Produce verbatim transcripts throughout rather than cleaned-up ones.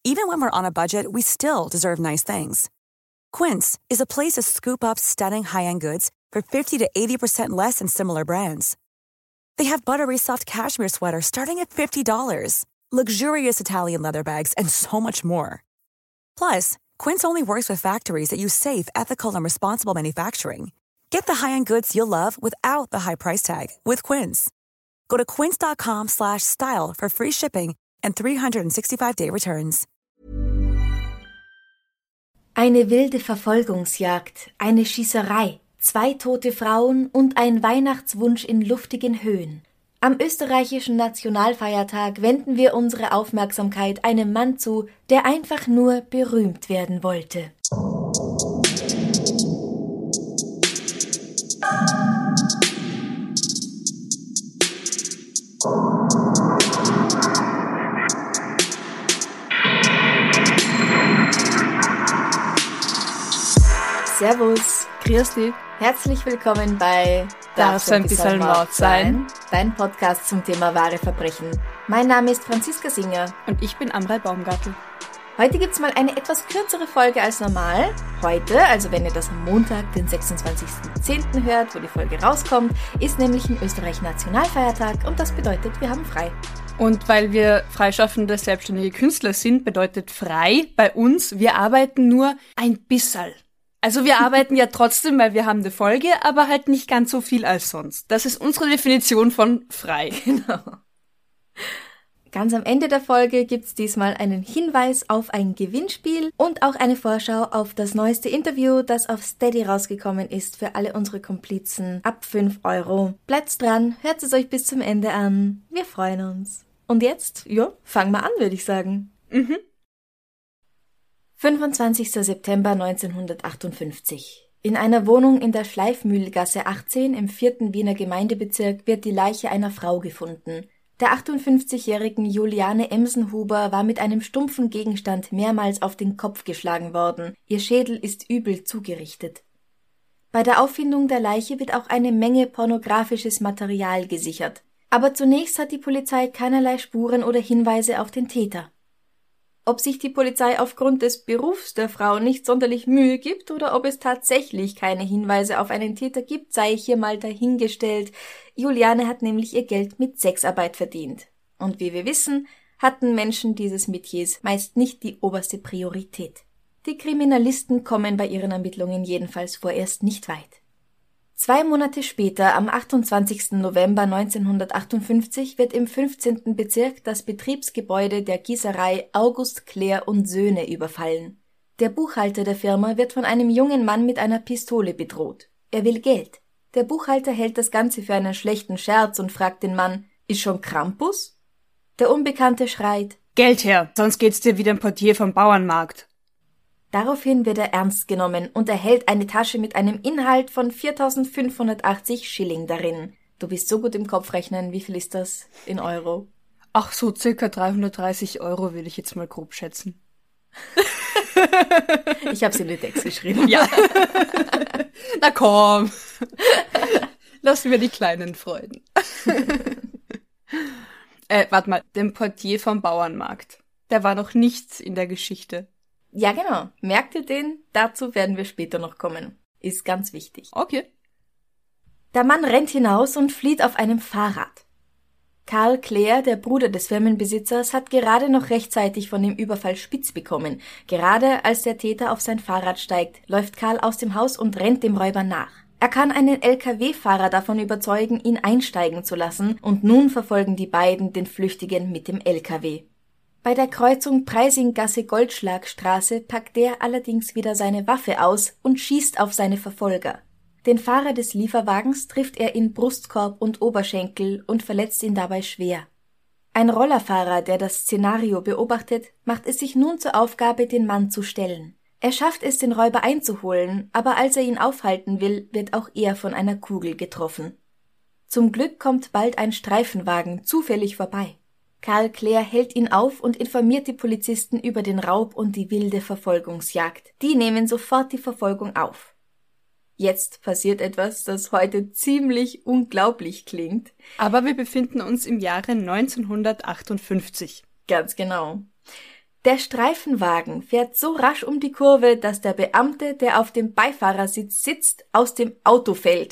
Even when we're on a budget, we still deserve nice things. Quince is a place to scoop up stunning high-end goods for fifty to eighty percent less than similar brands. They have buttery soft cashmere sweaters starting at fifty dollars, luxurious Italian leather bags, and so much more. Plus, Quince only works with factories that use safe, ethical, and responsible manufacturing. Get the high-end goods you'll love without the high price tag with Quince. Go to quince.com slash style for free shipping and three sixty-five day returns. Eine wilde Verfolgungsjagd, eine Schießerei, zwei tote Frauen und ein Weihnachtswunsch in luftigen Höhen. Am österreichischen Nationalfeiertag wenden wir unsere Aufmerksamkeit einem Mann zu, der einfach nur berühmt werden wollte. Servus, grüß dich. Herzlich willkommen bei Darf's ein bisschen Mord sein? Dein Podcast zum Thema wahre Verbrechen. Mein Name ist Franziska Singer. Und ich bin Amrei Baumgartl. Heute gibt's mal eine etwas kürzere Folge als normal. Heute, also wenn ihr das am Montag, den sechsundzwanzigsten zehnten hört, wo die Folge rauskommt, ist nämlich in Österreich Nationalfeiertag und das bedeutet, wir haben frei. Und weil wir freischaffende, selbstständige Künstler sind, bedeutet frei bei uns, wir arbeiten nur ein bisserl. Also wir arbeiten ja trotzdem, weil wir haben eine Folge, aber halt nicht ganz so viel als sonst. Das ist unsere Definition von frei. Genau. Ganz am Ende der Folge gibt's diesmal einen Hinweis auf ein Gewinnspiel und auch eine Vorschau auf das neueste Interview, das auf Steady rausgekommen ist für alle unsere Komplizen ab fünf Euro. Bleibt dran, hört es euch bis zum Ende an. Wir freuen uns. Und jetzt, ja, fangen wir an, würde ich sagen. Mhm. fünfundzwanzigster September neunzehnhundertachtundfünfzig. In einer Wohnung in der Schleifmühlgasse achtzehn im vierten Wiener Gemeindebezirk wird die Leiche einer Frau gefunden. Der achtundfünfzigjährigen Juliane Emsenhuber war mit einem stumpfen Gegenstand mehrmals auf den Kopf geschlagen worden. Ihr Schädel ist übel zugerichtet. Bei der Auffindung der Leiche wird auch eine Menge pornografisches Material gesichert. Aber zunächst hat die Polizei keinerlei Spuren oder Hinweise auf den Täter. Ob sich die Polizei aufgrund des Berufs der Frau nicht sonderlich Mühe gibt oder ob es tatsächlich keine Hinweise auf einen Täter gibt, sei hier mal dahingestellt. Juliane hat nämlich ihr Geld mit Sexarbeit verdient. Und wie wir wissen, hatten Menschen dieses Metiers meist nicht die oberste Priorität. Die Kriminalisten kommen bei ihren Ermittlungen jedenfalls vorerst nicht weit. Zwei Monate später, am achtundzwanzigsten November neunzehnhundertachtundfünfzig, wird im fünfzehnten Bezirk das Betriebsgebäude der Gießerei August Klär und Söhne überfallen. Der Buchhalter der Firma wird von einem jungen Mann mit einer Pistole bedroht. Er will Geld. Der Buchhalter hält das Ganze für einen schlechten Scherz und fragt den Mann, ist schon Krampus? Der Unbekannte schreit, Geld her, sonst geht's dir wie dem Portier vom Bauernmarkt. Daraufhin wird er ernst genommen und erhält eine Tasche mit einem Inhalt von viertausendfünfhundertachtzig Schilling darin. Du bist so gut im Kopfrechnen, wie viel ist das in Euro? Ach, so circa dreihundertdreißig Euro würde ich jetzt mal grob schätzen. Ich hab's in den Text geschrieben. Ja. Na komm. Lassen wir die kleinen Freuden. äh, warte mal, den Portier vom Bauernmarkt. Der war noch nicht in der Geschichte. Ja, genau. Merkt ihr den? Dazu werden wir später noch kommen. Ist ganz wichtig. Okay. Der Mann rennt hinaus und flieht auf einem Fahrrad. Karl Klär, der Bruder des Firmenbesitzers, hat gerade noch rechtzeitig von dem Überfall spitz bekommen. Gerade als der Täter auf sein Fahrrad steigt, läuft Karl aus dem Haus und rennt dem Räuber nach. Er kann einen L K W-Fahrer davon überzeugen, ihn einsteigen zu lassen, und nun verfolgen die beiden den Flüchtigen mit dem L K W. Bei der Kreuzung Preisinggasse-Goldschlagstraße packt der allerdings wieder seine Waffe aus und schießt auf seine Verfolger. Den Fahrer des Lieferwagens trifft er in Brustkorb und Oberschenkel und verletzt ihn dabei schwer. Ein Rollerfahrer, der das Szenario beobachtet, macht es sich nun zur Aufgabe, den Mann zu stellen. Er schafft es, den Räuber einzuholen, aber als er ihn aufhalten will, wird auch er von einer Kugel getroffen. Zum Glück kommt bald ein Streifenwagen zufällig vorbei. Karl Klär hält ihn auf und informiert die Polizisten über den Raub und die wilde Verfolgungsjagd. Die nehmen sofort die Verfolgung auf. Jetzt passiert etwas, das heute ziemlich unglaublich klingt. Aber wir befinden uns im Jahre neunzehnhundertachtundfünfzig. Ganz genau. Der Streifenwagen fährt so rasch um die Kurve, dass der Beamte, der auf dem Beifahrersitz sitzt, aus dem Auto fällt.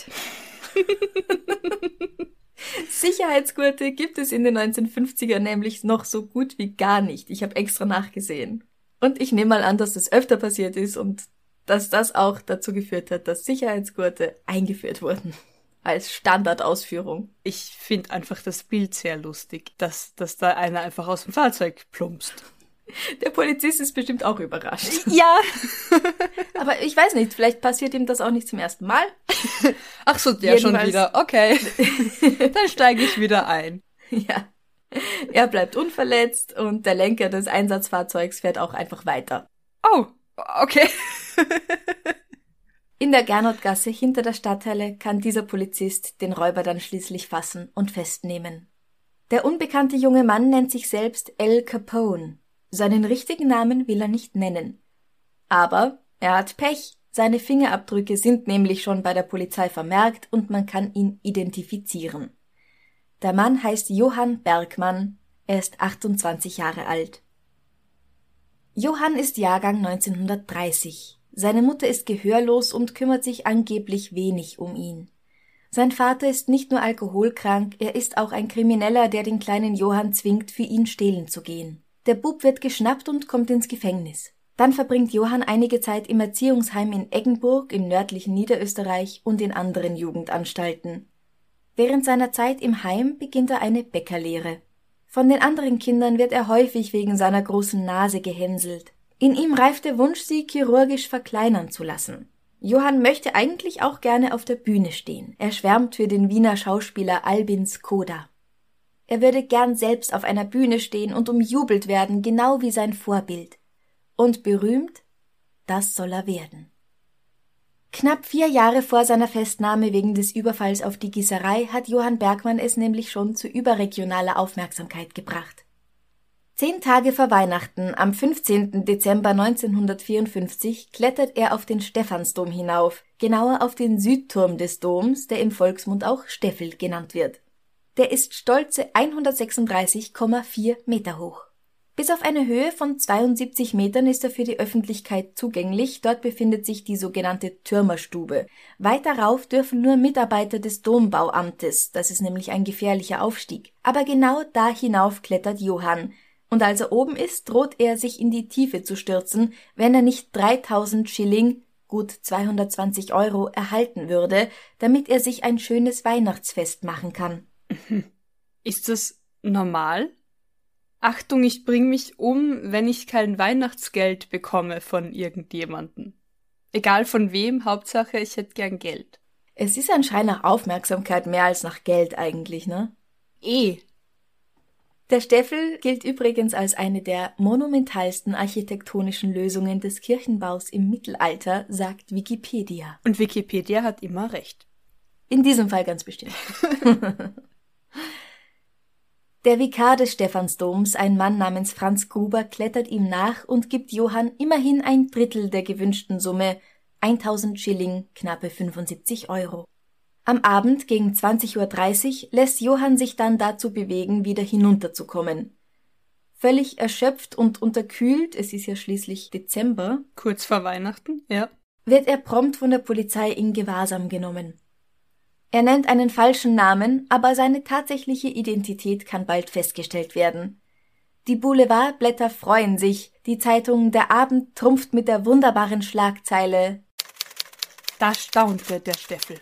Sicherheitsgurte gibt es in den neunzehnhundertfünfzigern nämlich noch so gut wie gar nicht. Ich habe extra nachgesehen. Und ich nehme mal an, dass das öfter passiert ist und dass das auch dazu geführt hat, dass Sicherheitsgurte eingeführt wurden. Als Standardausführung. Ich finde einfach das Bild sehr lustig, dass, dass da einer einfach aus dem Fahrzeug plumpst. Der Polizist ist bestimmt auch überrascht. Ja. Aber ich weiß nicht, vielleicht passiert ihm das auch nicht zum ersten Mal. Ach so, der schon wieder. Okay. Dann steige ich wieder ein. Ja. Er bleibt unverletzt und der Lenker des Einsatzfahrzeugs fährt auch einfach weiter. Oh, okay. In der Gernotgasse hinter der Stadthalle kann dieser Polizist den Räuber dann schließlich fassen und festnehmen. Der unbekannte junge Mann nennt sich selbst Al Capone. Seinen richtigen Namen will er nicht nennen. Aber er hat Pech. Seine Fingerabdrücke sind nämlich schon bei der Polizei vermerkt und man kann ihn identifizieren. Der Mann heißt Johann Bergmann. Er ist achtundzwanzig Jahre alt. Johann ist Jahrgang neunzehnhundertdreißig. Seine Mutter ist gehörlos und kümmert sich angeblich wenig um ihn. Sein Vater ist nicht nur alkoholkrank, er ist auch ein Krimineller, der den kleinen Johann zwingt, für ihn stehlen zu gehen. Der Bub wird geschnappt und kommt ins Gefängnis. Dann verbringt Johann einige Zeit im Erziehungsheim in Eggenburg im nördlichen Niederösterreich und in anderen Jugendanstalten. Während seiner Zeit im Heim beginnt er eine Bäckerlehre. Von den anderen Kindern wird er häufig wegen seiner großen Nase gehänselt. In ihm reift der Wunsch, sie chirurgisch verkleinern zu lassen. Johann möchte eigentlich auch gerne auf der Bühne stehen. Er schwärmt für den Wiener Schauspieler Albin Skoda. Er würde gern selbst auf einer Bühne stehen und umjubelt werden, genau wie sein Vorbild. Und berühmt, das soll er werden. Knapp vier Jahre vor seiner Festnahme wegen des Überfalls auf die Gießerei hat Johann Bergmann es nämlich schon zu überregionaler Aufmerksamkeit gebracht. Zehn Tage vor Weihnachten, am fünfzehnten Dezember neunzehnhundertvierundfünfzig, klettert er auf den Stephansdom hinauf, genauer auf den Südturm des Doms, der im Volksmund auch Steffel genannt wird. Der ist stolze hundertsechsunddreißig Komma vier Meter hoch. Bis auf eine Höhe von zweiundsiebzig Metern ist er für die Öffentlichkeit zugänglich, dort befindet sich die sogenannte Türmerstube. Weiter rauf dürfen nur Mitarbeiter des Dombauamtes, das ist nämlich ein gefährlicher Aufstieg. Aber genau da hinauf klettert Johann. Und als er oben ist, droht er, sich in die Tiefe zu stürzen, wenn er nicht dreitausend Schilling, gut zweihundertzwanzig Euro, erhalten würde, damit er sich ein schönes Weihnachtsfest machen kann. Ist das normal? Achtung, ich bring mich um, wenn ich kein Weihnachtsgeld bekomme von irgendjemandem. Egal von wem, Hauptsache, ich hätte gern Geld. Es ist ein Schrei nach Aufmerksamkeit mehr als nach Geld eigentlich, ne? Eh. Der Steffel gilt übrigens als eine der monumentalsten architektonischen Lösungen des Kirchenbaus im Mittelalter, sagt Wikipedia. Und Wikipedia hat immer recht. In diesem Fall ganz bestimmt. Der Vikar des Stephansdoms, ein Mann namens Franz Gruber, klettert ihm nach und gibt Johann immerhin ein Drittel der gewünschten Summe, eintausend Schilling, knappe fünfundsiebzig Euro. Am Abend gegen zwanzig Uhr dreißig lässt Johann sich dann dazu bewegen, wieder hinunterzukommen. Völlig erschöpft und unterkühlt, es ist ja schließlich Dezember, kurz vor Weihnachten, ja, wird er prompt von der Polizei in Gewahrsam genommen. Er nennt einen falschen Namen, aber seine tatsächliche Identität kann bald festgestellt werden. Die Boulevardblätter freuen sich, die Zeitung Der Abend trumpft mit der wunderbaren Schlagzeile: Da staunte der Steffel.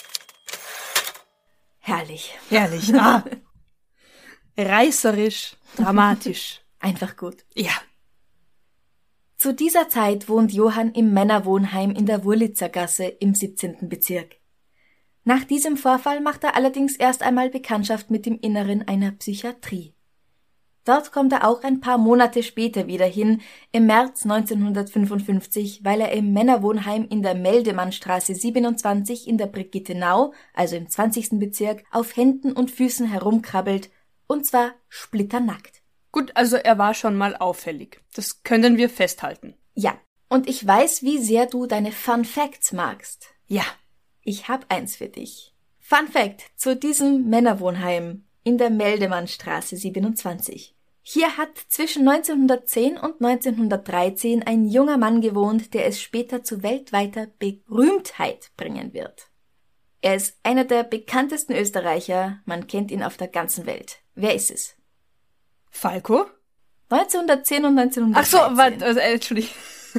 Herrlich. Herrlich, ah. Reißerisch, dramatisch. Einfach gut. Ja. Zu dieser Zeit wohnt Johann im Männerwohnheim in der Wurlitzergasse im siebzehnten Bezirk. Nach diesem Vorfall macht er allerdings erst einmal Bekanntschaft mit dem Inneren einer Psychiatrie. Dort kommt er auch ein paar Monate später wieder hin, im März neunzehnhundertfünfundfünfzig, weil er im Männerwohnheim in der Meldemannstraße siebenundzwanzig in der Brigittenau, also im zwanzigsten Bezirk, auf Händen und Füßen herumkrabbelt, und zwar splitternackt. Gut, also er war schon mal auffällig. Das können wir festhalten. Ja, und ich weiß, wie sehr du deine Fun Facts magst. Ja. Ich hab eins für dich. Fun Fact zu diesem Männerwohnheim in der Meldemannstraße siebenundzwanzig. Hier hat zwischen neunzehnhundertzehn und neunzehnhundertdreizehn ein junger Mann gewohnt, der es später zu weltweiter Berühmtheit bringen wird. Er ist einer der bekanntesten Österreicher, man kennt ihn auf der ganzen Welt. Wer ist es? Falco? neunzehnhundertzehn und neunzehnhundertdreizehn. Ach so, warte, also, äh, Entschuldigung.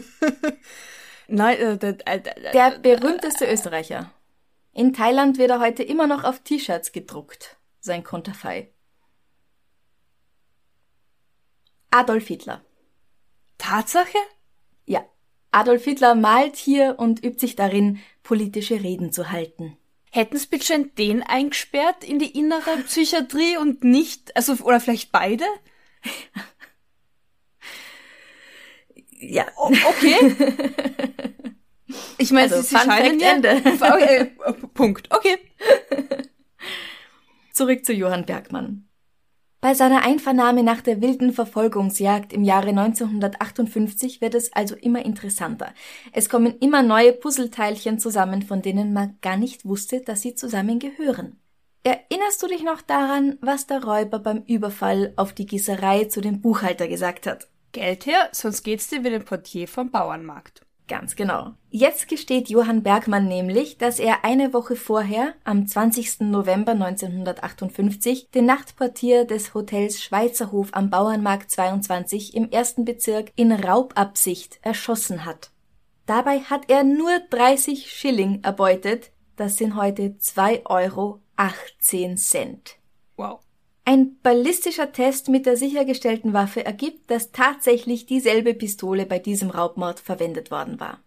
Nein, äh, äh, äh, Der berühmteste Österreicher. In Thailand wird er heute immer noch auf T-Shirts gedruckt, sein Konterfei. Adolf Hitler. Tatsache? Ja, Adolf Hitler malt hier und übt sich darin, politische Reden zu halten. Hätten sie bitte den eingesperrt in die innere Psychiatrie und nicht, also, oder vielleicht beide? Ja. O- okay. Ich meine, Also, sie, sie Fun scheinen Fact ja... Ende. Okay, Punkt. Okay. Zurück zu Johann Bergmann. Bei seiner Einvernahme nach der wilden Verfolgungsjagd im Jahre neunzehnhundertachtundfünfzig wird es also immer interessanter. Es kommen immer neue Puzzleteilchen zusammen, von denen man gar nicht wusste, dass sie zusammengehören. Erinnerst du dich noch daran, was der Räuber beim Überfall auf die Gießerei zu dem Buchhalter gesagt hat? Geld her, sonst geht's dir wie dem Portier vom Bauernmarkt. Ganz genau. Jetzt gesteht Johann Bergmann nämlich, dass er eine Woche vorher, am zwanzigsten November neunzehnhundertachtundfünfzig, den Nachtportier des Hotels Schweizerhof am Bauernmarkt zweiundzwanzig im ersten Bezirk in Raubabsicht erschossen hat. Dabei hat er nur dreißig Schilling erbeutet, das sind heute zwei Euro achtzehn Cent. Wow. Ein ballistischer Test mit der sichergestellten Waffe ergibt, dass tatsächlich dieselbe Pistole bei diesem Raubmord verwendet worden war.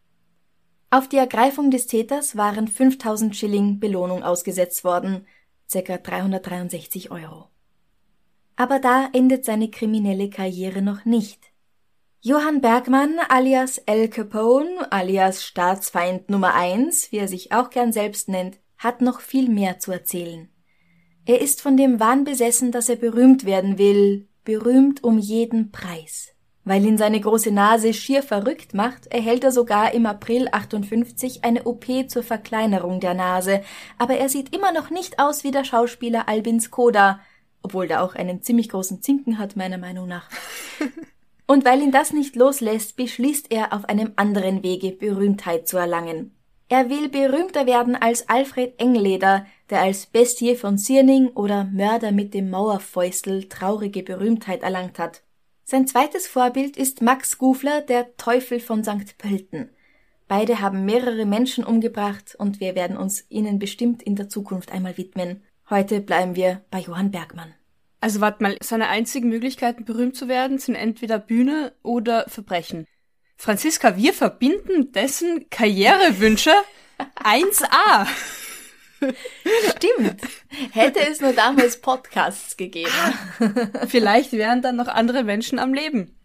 Auf die Ergreifung des Täters waren fünftausend Schilling Belohnung ausgesetzt worden, ca. dreihundertdreiundsechzig Euro. Aber da endet seine kriminelle Karriere noch nicht. Johann Bergmann alias Al Capone alias Staatsfeind Nummer eins, wie er sich auch gern selbst nennt, hat noch viel mehr zu erzählen. Er ist von dem Wahn besessen, dass er berühmt werden will, berühmt um jeden Preis. Weil ihn seine große Nase schier verrückt macht, erhält er sogar im April achtundfünfzig eine O P zur Verkleinerung der Nase, aber er sieht immer noch nicht aus wie der Schauspieler Albin Skoda, obwohl der auch einen ziemlich großen Zinken hat, meiner Meinung nach. Und weil ihn das nicht loslässt, beschließt er, auf einem anderen Wege Berühmtheit zu erlangen. Er will berühmter werden als Alfred Engleder, der als Bestie von Sierning oder Mörder mit dem Mauerfäustel traurige Berühmtheit erlangt hat. Sein zweites Vorbild ist Max Gufler, der Teufel von Sankt Pölten. Beide haben mehrere Menschen umgebracht und wir werden uns ihnen bestimmt in der Zukunft einmal widmen. Heute bleiben wir bei Johann Bergmann. Also warte mal, seine einzigen Möglichkeiten, berühmt zu werden, sind entweder Bühne oder Verbrechen. Franziska, wir verbinden dessen Karrierewünsche eins a. Stimmt. Hätte es nur damals Podcasts gegeben. Vielleicht wären dann noch andere Menschen am Leben.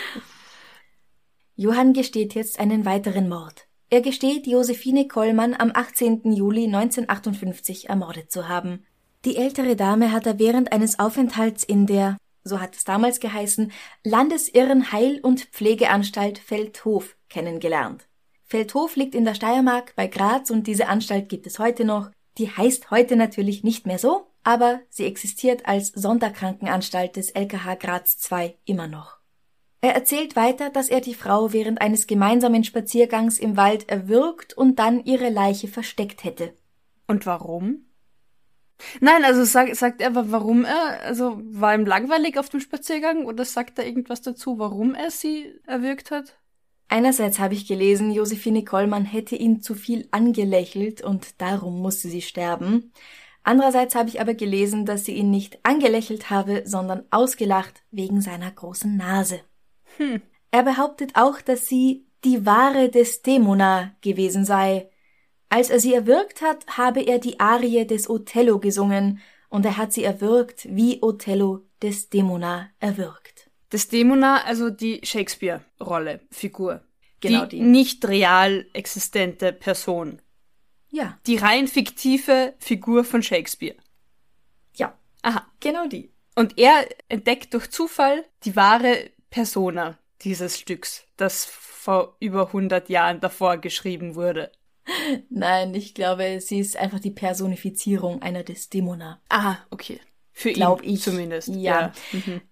Johann gesteht jetzt einen weiteren Mord. Er gesteht, Josephine Kollmann am achtzehnten Juli neunzehnhundertachtundfünfzig ermordet zu haben. Die ältere Dame hat er während eines Aufenthalts in der, so hat es damals geheißen, Landesirrenheil- und Pflegeanstalt Feldhof kennengelernt. Feldhof liegt in der Steiermark bei Graz und diese Anstalt gibt es heute noch. Die heißt heute natürlich nicht mehr so, aber sie existiert als Sonderkrankenanstalt des L K H Graz zwei immer noch. Er erzählt weiter, dass er die Frau während eines gemeinsamen Spaziergangs im Wald erwürgt und dann ihre Leiche versteckt hätte. Und warum? Nein, also sag, sagt er, warum er, also war ihm langweilig auf dem Spaziergang oder sagt er irgendwas dazu, warum er sie erwürgt hat? Einerseits habe ich gelesen, Josephine Kollmann hätte ihn zu viel angelächelt und darum musste sie sterben. Andererseits habe ich aber gelesen, dass sie ihn nicht angelächelt habe, sondern ausgelacht wegen seiner großen Nase. Hm. Er behauptet auch, dass sie die wahre Desdemona gewesen sei. Als er sie erwürgt hat, habe er die Arie des Othello gesungen und er hat sie erwürgt, wie Othello Desdemona erwürgt. Desdemona, also die Shakespeare-Rolle, Figur. Genau die. die. Nicht real existente Person. Ja. Die rein fiktive Figur von Shakespeare. Ja. Aha. Genau die. Und er entdeckt durch Zufall die wahre Persona dieses Stücks, das vor über hundert Jahren davor geschrieben wurde. Nein, ich glaube, sie ist einfach die Personifizierung einer Desdemona. Ah, okay. Für Glaub ihn ich. zumindest. Ja. ja. Mhm.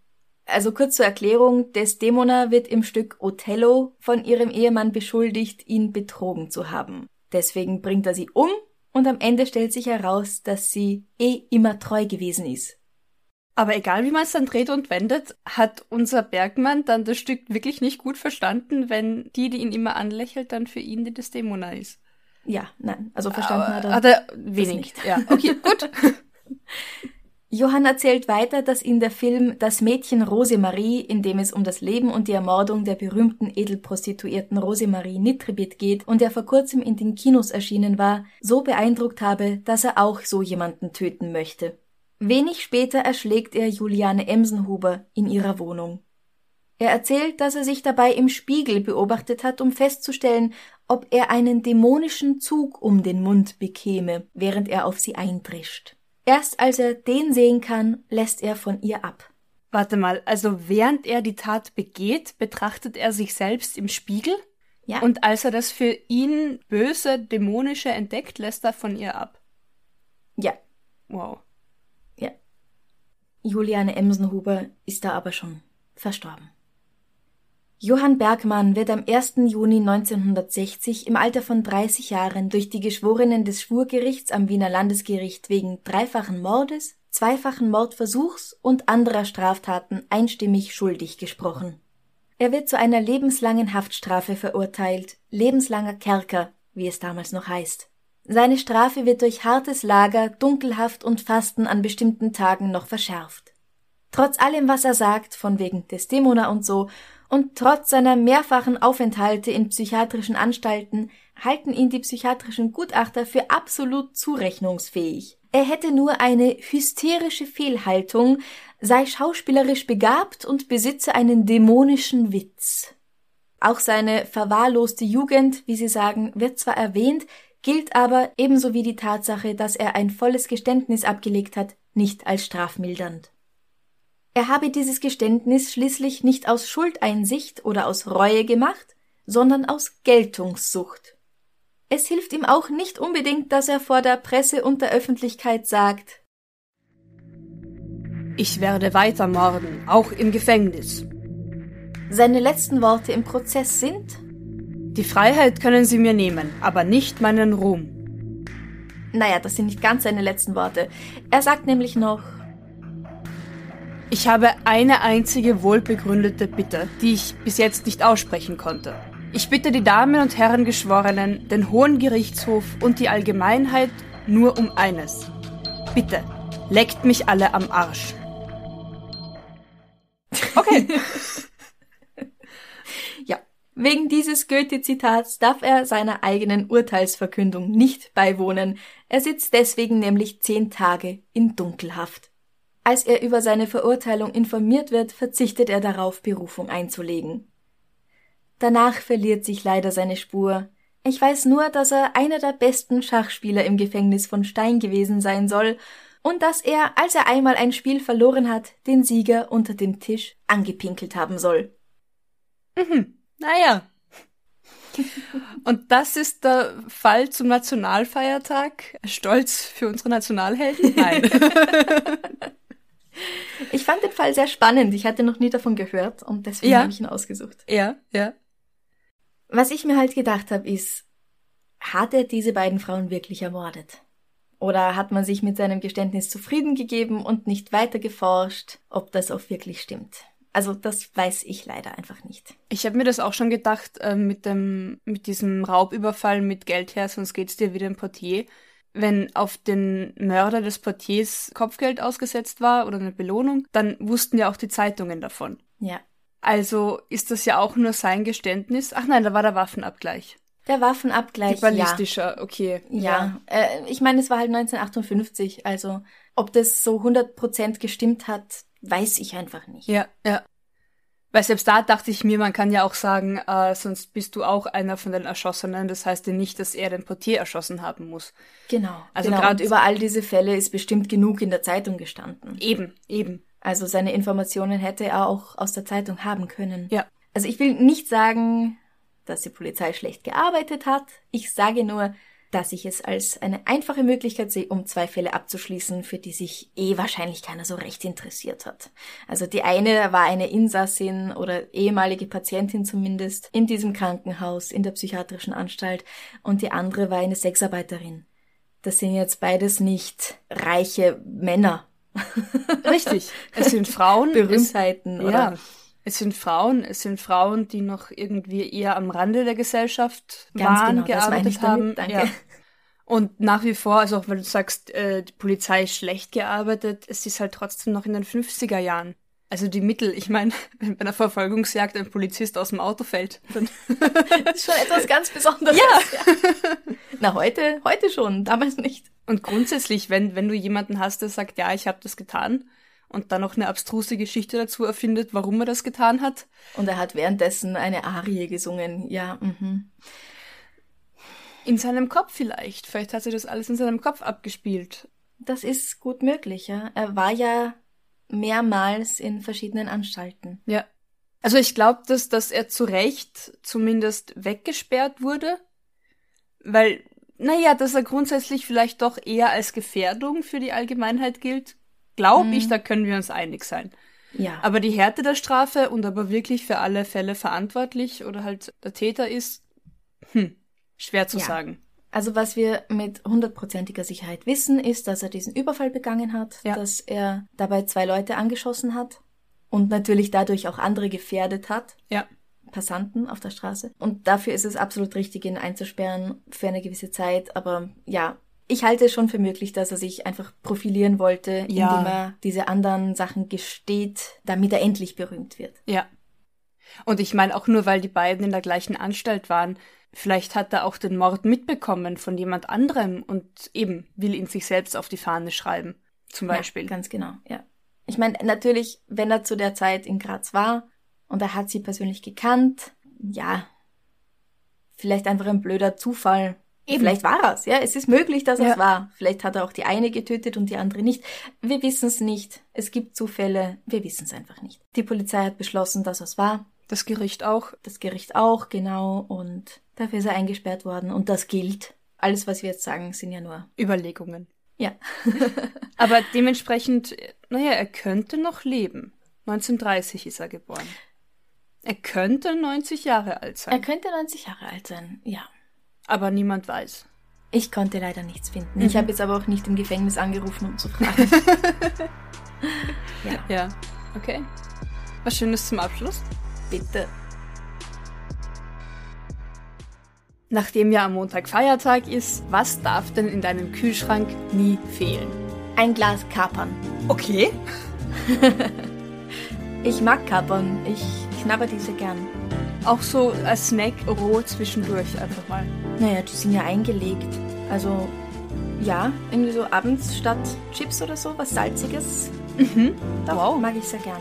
Also kurz zur Erklärung, Desdemona wird im Stück Othello von ihrem Ehemann beschuldigt, ihn betrogen zu haben. Deswegen bringt er sie um und am Ende stellt sich heraus, dass sie eh immer treu gewesen ist. Aber egal wie man es dann dreht und wendet, hat unser Bergmann dann das Stück wirklich nicht gut verstanden, wenn die, die ihn immer anlächelt, dann für ihn die Desdemona ist. Ja, nein, also verstanden Aber hat er, hat er wenig. nicht. Ja, okay, gut. Johann erzählt weiter, dass ihn der Film Das Mädchen Rosemarie, in dem es um das Leben und die Ermordung der berühmten Edelprostituierten Rosemarie Nitribit geht und der vor kurzem in den Kinos erschienen war, so beeindruckt habe, dass er auch so jemanden töten möchte. Wenig später erschlägt er Juliane Emsenhuber in ihrer Wohnung. Er erzählt, dass er sich dabei im Spiegel beobachtet hat, um festzustellen, ob er einen dämonischen Zug um den Mund bekäme, während er auf sie eindrischt. Erst als er den sehen kann, lässt er von ihr ab. Warte mal, also während er die Tat begeht, betrachtet er sich selbst im Spiegel? Ja. Und als er das für ihn böse, dämonische entdeckt, lässt er von ihr ab? Ja. Wow. Ja. Juliane Emsenhuber ist da aber schon verstorben. Johann Bergmann wird am ersten Juni neunzehnhundertsechzig im Alter von dreißig Jahren durch die Geschworenen des Schwurgerichts am Wiener Landesgericht wegen dreifachen Mordes, zweifachen Mordversuchs und anderer Straftaten einstimmig schuldig gesprochen. Er wird zu einer lebenslangen Haftstrafe verurteilt, lebenslanger Kerker, wie es damals noch heißt. Seine Strafe wird durch hartes Lager, Dunkelhaft und Fasten an bestimmten Tagen noch verschärft. Trotz allem, was er sagt, von wegen Desdemona und so, und trotz seiner mehrfachen Aufenthalte in psychiatrischen Anstalten halten ihn die psychiatrischen Gutachter für absolut zurechnungsfähig. Er hätte nur eine hysterische Fehlhaltung, sei schauspielerisch begabt und besitze einen dämonischen Witz. Auch seine verwahrloste Jugend, wie sie sagen, wird zwar erwähnt, gilt aber, ebenso wie die Tatsache, dass er ein volles Geständnis abgelegt hat, nicht als strafmildernd. Er habe dieses Geständnis schließlich nicht aus Schuldeinsicht oder aus Reue gemacht, sondern aus Geltungssucht. Es hilft ihm auch nicht unbedingt, dass er vor der Presse und der Öffentlichkeit sagt: Ich werde weiter morden, auch im Gefängnis. Seine letzten Worte im Prozess sind: Die Freiheit können Sie mir nehmen, aber nicht meinen Ruhm. Naja, das sind nicht ganz seine letzten Worte. Er sagt nämlich noch: Ich habe eine einzige wohlbegründete Bitte, die ich bis jetzt nicht aussprechen konnte. Ich bitte die Damen und Herren Geschworenen, den Hohen Gerichtshof und die Allgemeinheit nur um eines. Bitte, leckt mich alle am Arsch. Okay. Ja, wegen dieses Goethe-Zitats darf er seiner eigenen Urteilsverkündung nicht beiwohnen. Er sitzt deswegen nämlich zehn Tage in Dunkelhaft. Als er über seine Verurteilung informiert wird, verzichtet er darauf, Berufung einzulegen. Danach verliert sich leider seine Spur. Ich weiß nur, dass er einer der besten Schachspieler im Gefängnis von Stein gewesen sein soll und dass er, als er einmal ein Spiel verloren hat, den Sieger unter dem Tisch angepinkelt haben soll. Mhm, naja. Und das ist der Fall zum Nationalfeiertag. Stolz für unsere Nationalhelden? Nein. Ich fand den Fall sehr spannend. Ich hatte noch nie davon gehört und deswegen ja. habe ich ihn ausgesucht. Ja, ja. Was ich mir halt gedacht habe, ist, hat er diese beiden Frauen wirklich ermordet? Oder hat man sich mit seinem Geständnis zufrieden gegeben und nicht weiter geforscht, ob das auch wirklich stimmt? Also das weiß ich leider einfach nicht. Ich habe mir das auch schon gedacht, äh, mit dem mit diesem Raubüberfall mit Geld her, sonst geht's dir wie dem Portier. Wenn auf den Mörder des Portiers Kopfgeld ausgesetzt war oder eine Belohnung, dann wussten ja auch die Zeitungen davon. Ja. Also ist das ja auch nur sein Geständnis. Ach nein, da war der Waffenabgleich. Der Waffenabgleich, die ballistische, ja. okay. Ja, ja. Äh, ich meine, es war halt neunzehnhundertachtundfünfzig, also ob das so hundert Prozent gestimmt hat, weiß ich einfach nicht. Ja, ja. Weil selbst da dachte ich mir, man kann ja auch sagen, äh, sonst bist du auch einer von den Erschossenen. Das heißt ja nicht, dass er den Portier erschossen haben muss. Genau. Also genau. gerade Und über all diese Fälle ist bestimmt genug in der Zeitung gestanden. Eben, eben. Also seine Informationen hätte er auch aus der Zeitung haben können. Ja. Also ich will nicht sagen, dass die Polizei schlecht gearbeitet hat. Ich sage nur, dass ich es als eine einfache Möglichkeit sehe, um zwei Fälle abzuschließen, für die sich eh wahrscheinlich keiner so recht interessiert hat. Also die eine war eine Insassin oder ehemalige Patientin zumindest in diesem Krankenhaus, in der psychiatrischen Anstalt, und die andere war eine Sexarbeiterin. Das sind jetzt beides nicht reiche Männer. Richtig, es sind Frauen. Berühmtheiten, es, oder? Ja, es sind Frauen, es sind Frauen, die noch irgendwie eher am Rande der Gesellschaft Ganz waren, genau, das meine ich gearbeitet haben. damit, danke. Ja. Und nach wie vor, also auch weil du sagst, äh, die Polizei ist schlecht gearbeitet, es ist halt trotzdem noch in den fünfziger Jahren. Also die Mittel, ich meine, wenn bei einer Verfolgungsjagd ein Polizist aus dem Auto fällt, dann das ist schon etwas ganz Besonderes. Ja. Na, heute, heute schon, damals nicht. Und grundsätzlich, wenn, wenn du jemanden hast, der sagt, ja, ich habe das getan, und dann noch eine abstruse Geschichte dazu erfindet, warum er das getan hat. Und er hat währenddessen eine Arie gesungen, ja, mhm. In seinem Kopf vielleicht. Vielleicht hat sich das alles in seinem Kopf abgespielt. Das ist gut möglich, ja. Er war ja mehrmals in verschiedenen Anstalten. Ja. Also ich glaube, dass, dass er zu Recht zumindest weggesperrt wurde, weil, naja, dass er grundsätzlich vielleicht doch eher als Gefährdung für die Allgemeinheit gilt, glaube ich, da können wir uns einig sein. Ja. Aber die Härte der Strafe und aber wirklich für alle Fälle verantwortlich oder halt der Täter ist, hm, schwer zu Ja. sagen. Also was wir mit hundertprozentiger Sicherheit wissen, ist, dass er diesen Überfall begangen hat, Ja. dass er dabei zwei Leute angeschossen hat und natürlich dadurch auch andere gefährdet hat, Ja. Passanten auf der Straße. Und dafür ist es absolut richtig, ihn einzusperren für eine gewisse Zeit. Aber ja, ich halte es schon für möglich, dass er sich einfach profilieren wollte, Ja. indem er diese anderen Sachen gesteht, damit er endlich berühmt wird. Ja. Und ich meine auch nur, weil die beiden in der gleichen Anstalt waren, vielleicht hat er auch den Mord mitbekommen von jemand anderem und eben will ihn sich selbst auf die Fahne schreiben, zum Beispiel. Ja, ganz genau, ja. Ich meine, natürlich, wenn er zu der Zeit in Graz war und er hat sie persönlich gekannt, ja, vielleicht einfach ein blöder Zufall. Eben. Vielleicht war er es, ja. Es ist möglich, dass er es Ja. war. Vielleicht hat er auch die eine getötet und die andere nicht. Wir wissen es nicht. Es gibt Zufälle. Wir wissen es einfach nicht. Die Polizei hat beschlossen, dass er es war. Das Gericht auch. Das Gericht auch, genau. Und dafür ist er eingesperrt worden. Und das gilt. Alles, was wir jetzt sagen, sind ja nur... Überlegungen. Ja. Aber dementsprechend, naja, er könnte noch leben. neunzehnhundertdreißig ist er geboren. Er könnte neunzig Jahre alt sein. Er könnte neunzig Jahre alt sein, ja. Aber niemand weiß. Ich konnte leider nichts finden. Mhm. Ich habe jetzt aber auch nicht im Gefängnis angerufen, um zu fragen. Ja, Ja, okay. Was Schönes zum Abschluss. bitte. Nachdem ja am Montag Feiertag ist, was darf denn in deinem Kühlschrank nie fehlen? Ein Glas Kapern. Okay. Ich mag Kapern. Ich knabber diese gern. Auch so als Snack roh zwischendurch einfach mal. Naja, die sind ja eingelegt. Also, ja, irgendwie so abends statt Chips oder so, was Salziges. Mhm. Doch, Wow. mag ich sehr gern.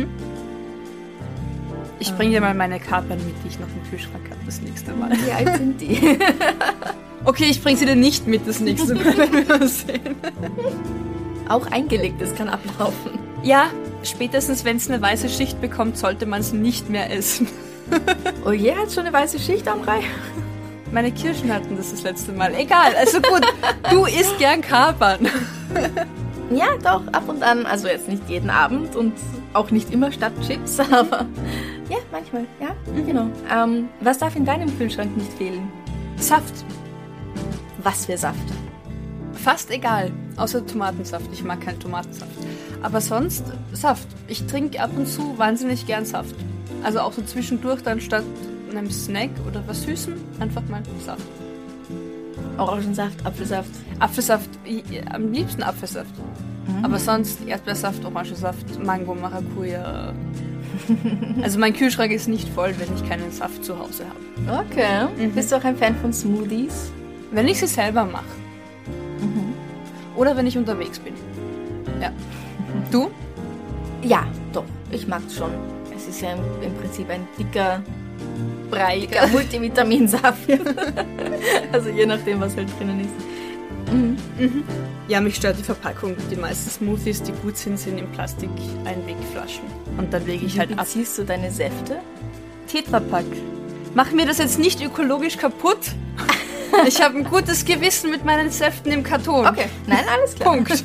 Ich bringe dir mal meine Kapern mit, die ich noch im Kühlschrank habe, das nächste Mal. Wie alt sind die? Okay, ich bringe sie dir nicht mit das nächste Mal, wenn wir uns sehen. Auch eingelegt, das kann ablaufen. Ja, spätestens wenn es eine weiße Schicht bekommt, sollte man es nicht mehr essen. Oh je, hat schon eine weiße Schicht am Brei? Meine Kirschen hatten das das letzte Mal. Egal, also gut, du isst gern Kapern. Ja, doch, ab und an. Also jetzt nicht jeden Abend und auch nicht immer statt Chips, aber ja, manchmal, ja, genau. Ähm, was darf in deinem Kühlschrank nicht fehlen? Saft. Was für Saft? Fast egal, außer Tomatensaft. Ich mag keinen Tomatensaft. Aber sonst Saft. Ich trinke ab und zu wahnsinnig gern Saft. Also auch so zwischendurch dann statt einem Snack oder was Süßem einfach mal Saft. Orangensaft, Apfelsaft. Apfelsaft, i- am liebsten Apfelsaft. Mhm. Aber sonst Erdbeersaft, Orangensaft, Mango, Maracuja. Also mein Kühlschrank ist nicht voll, wenn ich keinen Saft zu Hause habe. Okay. Mhm. Bist du auch ein Fan von Smoothies? Wenn ich sie selber mache. Mhm. Oder wenn ich unterwegs bin. Ja. Du? Ja, doch. Ich mag's schon. Es ist ja im, im Prinzip ein dicker, breiiger Multivitaminsaft. Also je nachdem, was halt drinnen ist. Mhm. Mhm. Ja, mich stört die Verpackung. Die meisten Smoothies, die gut sind, sind in Plastik-Einwegflaschen. Und dann lege ich halt Wie ab. beziehst du deine Säfte? Tetrapack. Mach mir das jetzt nicht ökologisch kaputt. Ich habe ein gutes Gewissen mit meinen Säften im Karton. Okay, nein, alles klar. Punkt.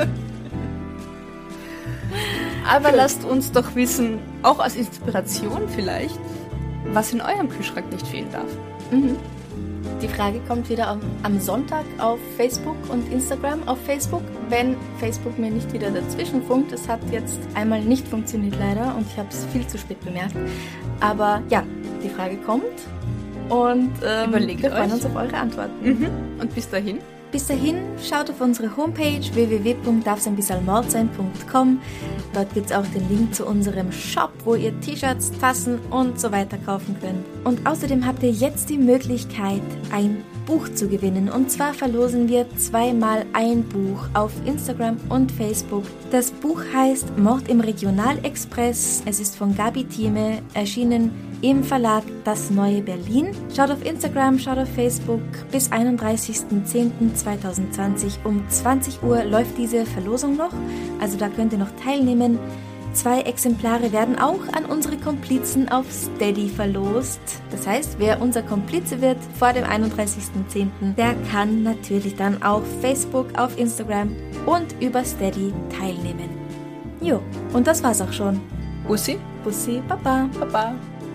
Aber Gut. Lasst uns doch wissen, auch als Inspiration vielleicht, was in eurem Kühlschrank nicht fehlen darf. Mhm. Die Frage kommt wieder am, am Sonntag auf Facebook und Instagram. Auf Facebook, wenn Facebook mir nicht wieder dazwischen funkt. Es hat jetzt einmal nicht funktioniert leider und ich habe es viel zu spät bemerkt. Aber ja, die Frage kommt und ähm, Überlegt wir freuen euch. uns auf eure Antworten. Mhm. Und bis dahin? Bis dahin, schaut auf unsere Homepage w w w punkt darfseinbissalmord sein punkt com. Dort gibt es auch den Link zu unserem Shop, wo ihr T-Shirts, Tassen und so weiter kaufen könnt. Und außerdem habt ihr jetzt die Möglichkeit, ein Buch zu gewinnen. Und zwar verlosen wir zweimal ein Buch auf Instagram und Facebook. Das Buch heißt Mord im Regionalexpress. Es ist von Gabi Thieme, erschienen im Verlag Das Neue Berlin. Schaut auf Instagram, schaut auf Facebook. Bis einunddreißigsten zehnten zweitausendzwanzig um zwanzig Uhr läuft diese Verlosung noch. Also da könnt ihr noch teilnehmen. Zwei Exemplare werden auch an unsere Komplizen auf Steady verlost. Das heißt, wer unser Komplize wird vor dem einunddreißigsten zehnten, der kann natürlich dann auf Facebook, auf Instagram und über Steady teilnehmen. Jo, und das war's auch schon. Bussi. Bussi, Baba. Baba.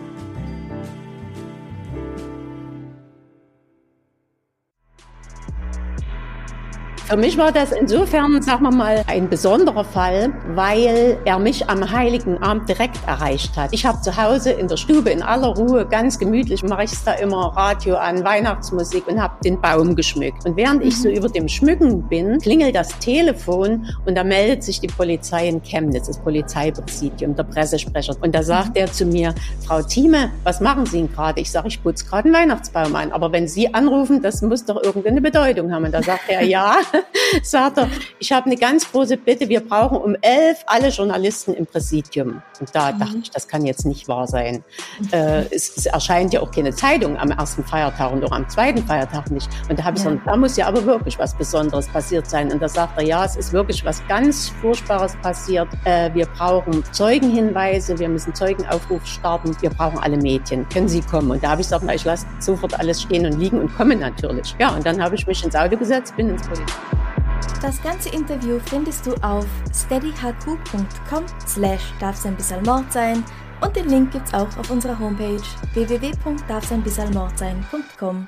Für mich war das insofern, sagen wir mal, ein besonderer Fall, weil er mich am Heiligen Abend direkt erreicht hat. Ich habe zu Hause in der Stube in aller Ruhe, ganz gemütlich, mache ich da immer Radio an, Weihnachtsmusik und habe den Baum geschmückt. Und während ich so über dem Schmücken bin, klingelt das Telefon und da meldet sich die Polizei in Chemnitz, das Polizeipräsidium, der Pressesprecher. Und da sagt er zu mir, Frau Thieme, was machen Sie denn gerade? Ich sage, ich putze gerade einen Weihnachtsbaum an. Aber wenn Sie anrufen, das muss doch irgendeine Bedeutung haben. Und da sagt er, ja. Sagt er, ich habe eine ganz große Bitte, wir brauchen um elf alle Journalisten im Präsidium. Und da mhm. dachte ich, das kann jetzt nicht wahr sein. Äh, es, es erscheint ja auch keine Zeitung am ersten Feiertag und auch am zweiten Feiertag nicht. Und da habe ich ja. gesagt, da muss ja aber wirklich was Besonderes passiert sein. Und da sagt er, ja, es ist wirklich was ganz Furchtbares passiert. Äh, wir brauchen Zeugenhinweise, wir müssen Zeugenaufruf starten, wir brauchen alle Medien. Können Sie kommen? Und da habe ich gesagt, na, ich lasse sofort alles stehen und liegen und komme natürlich. Ja, und dann habe ich mich ins Auto gesetzt, bin ins Polizei. Das ganze Interview findest du auf steadyhq.com slash darfseinbissalmord sein und den Link gibt's auch auf unserer Homepage w w w punkt darfseinbissalmord sein punkt com.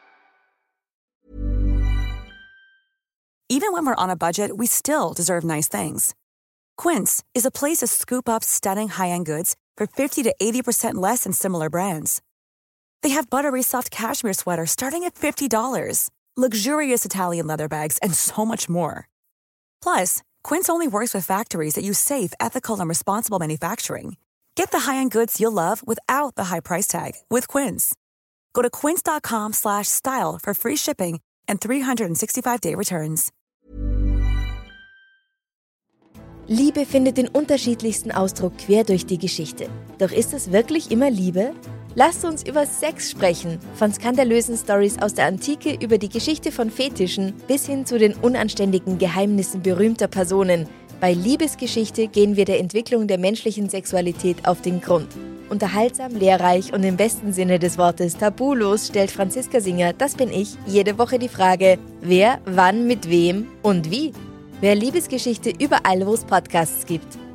Even when we're on a budget, we still deserve nice things. Quince is a place to scoop up stunning high-end goods for fifty to eighty percent less than similar brands. They have buttery soft cashmere sweaters starting at fifty dollars. Luxurious Italian leather bags, and so much more. Plus, Quince only works with factories that use safe, ethical, and responsible manufacturing. Get the high-end goods you'll love without the high price tag with Quince. Go to quince.com slash style for free shipping and three sixty-five day returns. Liebe findet den unterschiedlichsten Ausdruck quer durch die Geschichte. Doch ist es wirklich immer Liebe? Lasst uns über Sex sprechen, von skandalösen Storys aus der Antike über die Geschichte von Fetischen bis hin zu den unanständigen Geheimnissen berühmter Personen. Bei Liebesgeschichte gehen wir der Entwicklung der menschlichen Sexualität auf den Grund. Unterhaltsam, lehrreich und im besten Sinne des Wortes tabulos stellt Franziska Singer, das bin ich, jede Woche die Frage, wer, wann, mit wem und wie. Wer Liebesgeschichte überall, wo es Podcasts gibt.